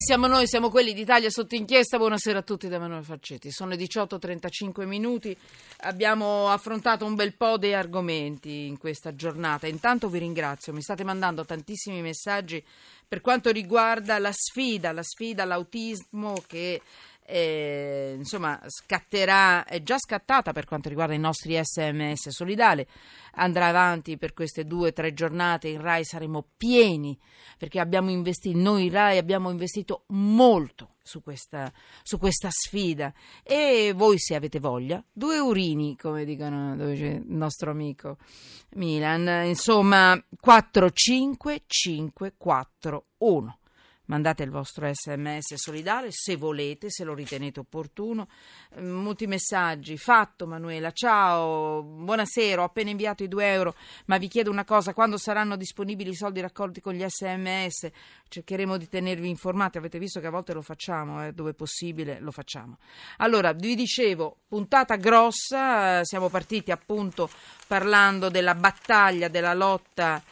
Siamo noi, siamo quelli d'Italia sotto inchiesta. Buonasera a tutti da Emanuele Falcetti. Sono le 18:35 minuti. Abbiamo affrontato un bel po' di argomenti in questa giornata. Intanto vi ringrazio, mi state mandando tantissimi messaggi per quanto riguarda la sfida all'autismo che insomma scatterà, è già scattata per quanto riguarda i nostri SMS solidali, andrà avanti per queste 2-3 giornate. In Rai saremo pieni perché noi Rai abbiamo investito molto su questa sfida, e voi, se avete voglia, 2 eurini, come dicono dove c'è il nostro amico Milan, insomma 45541. Mandate il vostro SMS solidale se volete, se lo ritenete opportuno. Molti messaggi. Fatto, Manuela, ciao, buonasera, ho appena inviato i 2 euro, ma vi chiedo una cosa: quando saranno disponibili i soldi raccolti con gli SMS? Cercheremo di tenervi informati. Avete visto che a volte lo facciamo, dove è possibile lo facciamo. Allora, vi dicevo, puntata grossa, siamo partiti appunto parlando della battaglia, della lotta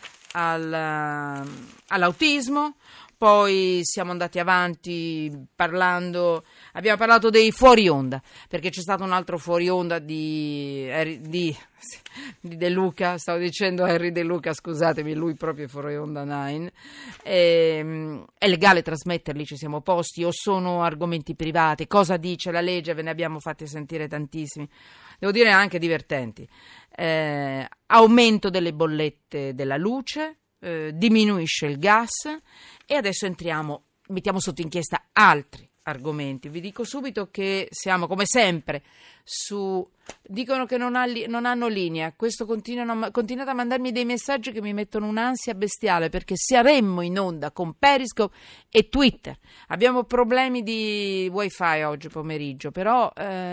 all'autismo. Poi siamo andati avanti abbiamo parlato dei fuori onda, perché c'è stato un altro fuori onda di De Luca, stavo dicendo Henry De Luca, scusatemi, lui proprio è fuori onda 9. È legale trasmetterli, ci siamo posti, o sono argomenti privati? Cosa dice la legge? Ve ne abbiamo fatti sentire tantissimi, devo dire anche divertenti. Aumento delle bollette della luce, diminuisce il gas, e adesso mettiamo sotto inchiesta altri argomenti. Vi dico subito che siamo come sempre dicono che non hanno linea. Questo continuate a mandarmi dei messaggi che mi mettono un'ansia bestiale, perché saremmo in onda con Periscope e Twitter. Abbiamo problemi di wifi oggi pomeriggio, però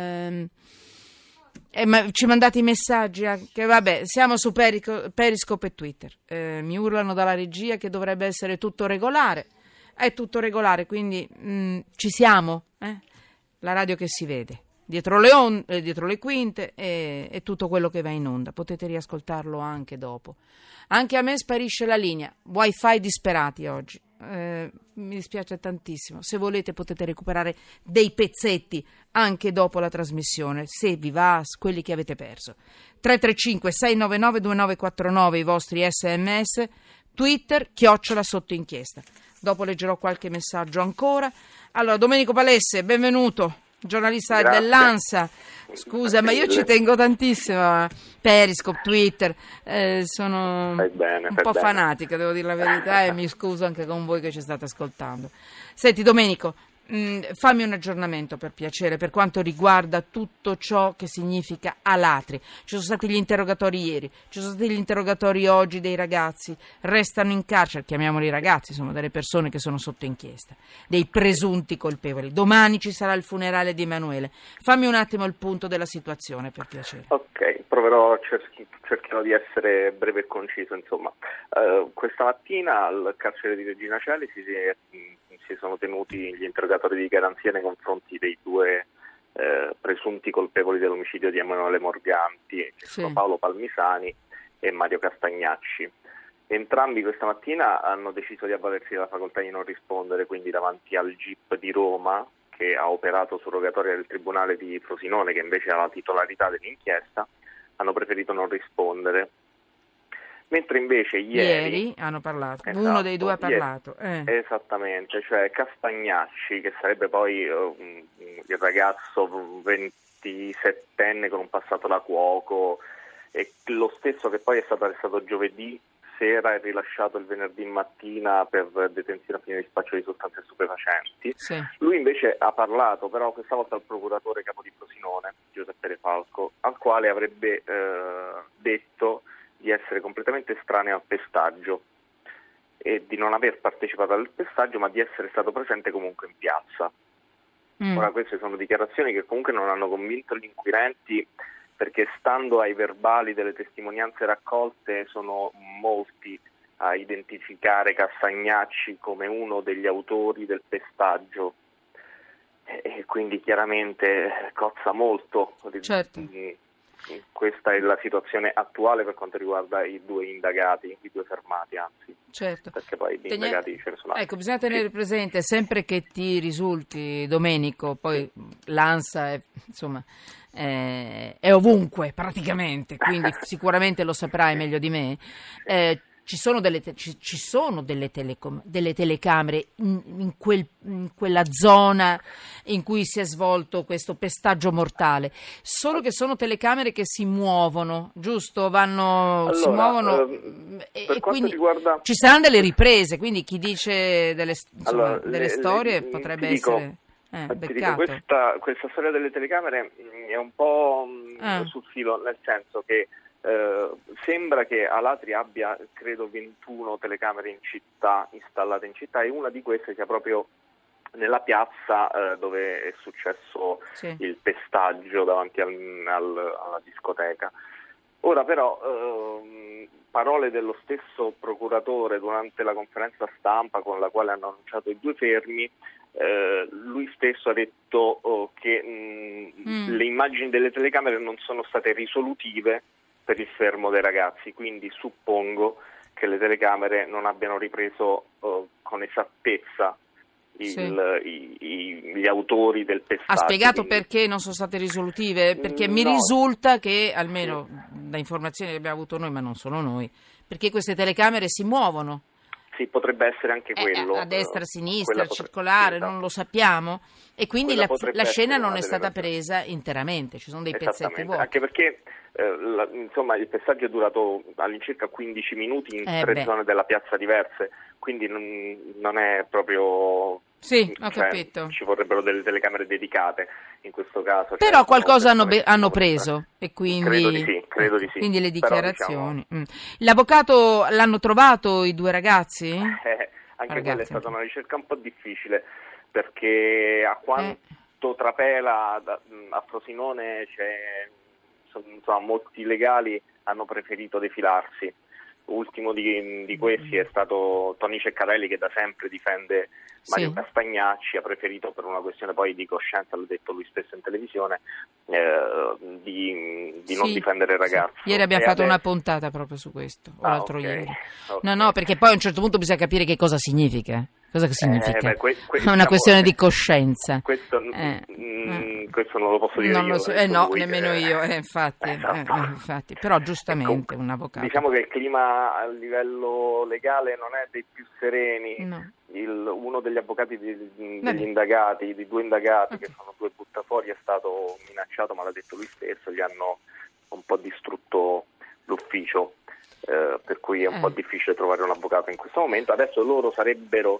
ma ci mandate i messaggi anche, vabbè, siamo su Periscope e Twitter. Mi urlano dalla regia che dovrebbe essere tutto regolare. È tutto regolare, quindi ci siamo, la radio che si vede dietro le quinte, e tutto quello che va in onda potete riascoltarlo anche dopo. Anche a me sparisce la linea, wifi disperati oggi. Mi dispiace tantissimo. Se volete potete recuperare dei pezzetti anche dopo la trasmissione, se vi va, quelli che avete perso. 335 699 2949 i vostri SMS, Twitter @sotto inchiesta. Dopo leggerò qualche messaggio ancora. Allora, Domenico Palesse, benvenuto, giornalista dell'ANSA. Scusa, ma io ci tengo tantissimo a Periscope, Twitter, sono un po' fanatica, devo dire la verità, e mi scuso anche con voi che ci state ascoltando. Senti, Domenico, fammi un aggiornamento, per piacere, per quanto riguarda tutto ciò che significa Alatri. Ci sono stati gli interrogatori ieri, ci sono stati gli interrogatori oggi dei ragazzi, restano in carcere, chiamiamoli ragazzi, sono delle persone che sono sotto inchiesta, dei presunti colpevoli. Domani ci sarà il funerale di Emanuele. Fammi un attimo il punto della situazione, per piacere. Ok, cercherò di essere breve e conciso. Insomma, questa mattina al carcere di Regina Coeli si sono tenuti gli interrogatori di garanzia nei confronti dei 2 presunti colpevoli dell'omicidio di Emanuele Morganti, che sono Paolo Palmisani e Mario Castagnacci. Entrambi questa mattina hanno deciso di avvalersi della facoltà di non rispondere, quindi davanti al GIP di Roma, che ha operato su rogatoria del Tribunale di Frosinone, che invece ha la titolarità dell'inchiesta, hanno preferito non rispondere. Mentre invece ieri hanno parlato, esatto, uno dei 2 ha parlato. Esattamente, cioè Castagnacci, che sarebbe poi il ragazzo 27enne con un passato da cuoco, e lo stesso che poi è stato arrestato giovedì sera e rilasciato il venerdì mattina per detenzione a fine di spaccio di sostanze stupefacenti. Sì. Lui invece ha parlato, però questa volta al procuratore capo di Frosinone, Giuseppe De Falco, al quale avrebbe detto di essere completamente estraneo al pestaggio e di non aver partecipato al pestaggio, ma di essere stato presente comunque in piazza. Ora, queste sono dichiarazioni che comunque non hanno convinto gli inquirenti, perché stando ai verbali delle testimonianze raccolte sono molti a identificare Castagnacci come uno degli autori del pestaggio, e quindi chiaramente cozza molto. Certo. questa è la situazione attuale per quanto riguarda i due indagati, i due fermati, anzi. Certo. Perché poi gli indagati ce ne sono altri. Ecco, bisogna tenere presente, sempre che ti risulti, Domenico, poi l'ANSA è ovunque praticamente, quindi sicuramente lo saprai meglio di me. Ci sono delle telecamere in quella zona in cui si è svolto questo pestaggio mortale, solo che sono telecamere che si muovono, giusto? Si muovono e quindi ci saranno delle riprese, quindi chi dice delle storie potrebbe essere beccato. Questa storia delle telecamere è un po' sul filo, nel senso che sembra che Alatri abbia, credo, 21 telecamere installate in città, e una di queste sia proprio nella piazza dove è successo il pestaggio davanti alla discoteca. Ora però, parole dello stesso procuratore durante la conferenza stampa con la quale hanno annunciato i due fermi, lui stesso ha detto che le immagini delle telecamere non sono state risolutive per il fermo dei ragazzi, quindi suppongo che le telecamere non abbiano ripreso con esattezza gli autori del pestaggio. Ha spiegato perché non sono state risolutive? Perché mi risulta che, almeno da informazioni che abbiamo avuto noi, ma non solo noi, perché queste telecamere si muovono. Sì, potrebbe essere anche quello. A destra, a sinistra, circolare, non lo sappiamo. E quindi la scena non è stata presa interamente, ci sono dei pezzetti vuoti. Anche perché il pestaggio è durato all'incirca 15 minuti in tre zone della piazza diverse, quindi non è proprio... Sì, ho capito. Ci vorrebbero delle telecamere dedicate in questo caso. Però qualcosa hanno preso, e quindi... Credo di sì. Quindi le dichiarazioni. Però, L'avvocato l'hanno trovato i due ragazzi? Anche quella è stata una ricerca un po' difficile, perché a quanto trapela a Frosinone molti legali hanno preferito defilarsi. Ultimo di questi è stato Tony Ceccarelli, che da sempre difende Mario Castagnacci. Ha preferito, per una questione poi di coscienza, l'ha detto lui stesso in televisione, di non difendere il ragazzo. Ieri abbiamo fatto una puntata proprio su questo, o l'altro ieri. No, perché poi a un certo punto bisogna capire che cosa significa. Cosa significa? È una questione di coscienza. Questo non lo posso dire io. Nemmeno io, infatti. Però giustamente un avvocato. Diciamo che il clima a livello legale non è dei più sereni. No. Uno degli avvocati degli indagati, di due indagati, che sono due buttafuori, è stato minacciato, ma l'ha detto lui stesso, gli hanno un po' distrutto l'ufficio, per cui è un po' difficile trovare un avvocato in questo momento. Adesso loro sarebbero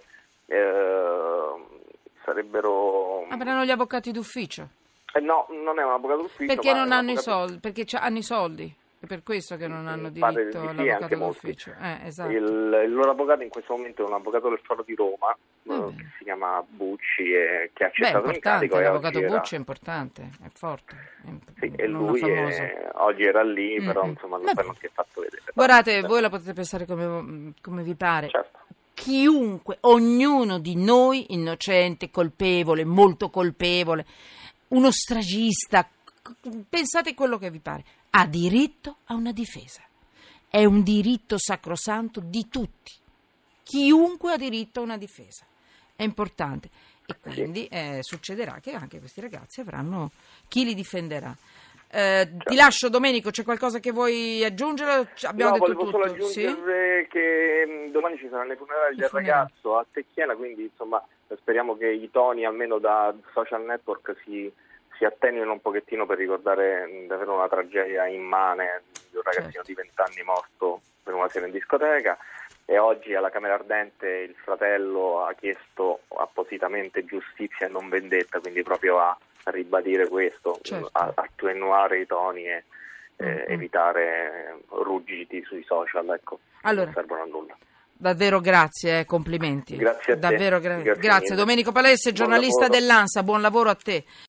avranno gli avvocati d'ufficio? No, non è un avvocato d'ufficio. Perché non hanno i soldi? Perché hanno i soldi. È per questo che non hanno diritto all'avvocato d'ufficio. Esatto. Il loro avvocato in questo momento è un avvocato del Foro di Roma, che si chiama Bucci, e che ha accettato l'incarico. L'avvocato Bucci è importante, è forte. E lui oggi era lì, però non si è fatto vedere. Guardate, voi la potete pensare come vi pare. Certo. Chiunque, ognuno di noi, innocente, colpevole, molto colpevole, uno stragista, pensate quello che vi pare, ha diritto a una difesa. È un diritto sacrosanto di tutti. Chiunque ha diritto a una difesa. È importante. E quindi succederà che anche questi ragazzi avranno chi li difenderà. Ti lascio, Domenico, c'è qualcosa che vuoi aggiungere? Volevo solo aggiungere che domani ci saranno i funerali del ragazzo a Tecchiena, quindi speriamo che i toni, almeno da social network, si attenuino un pochettino, per ricordare davvero una tragedia immane di un ragazzino di 20 anni morto per una sera in discoteca. E oggi alla Camera Ardente il fratello ha chiesto appositamente giustizia e non vendetta, quindi proprio a ribadire questo, attenuare i toni e evitare ruggiti sui social, non servono a nulla. Davvero grazie, complimenti. Grazie a te. Davvero grazie. Domenico Palesse, giornalista dell'ANSA, buon lavoro a te.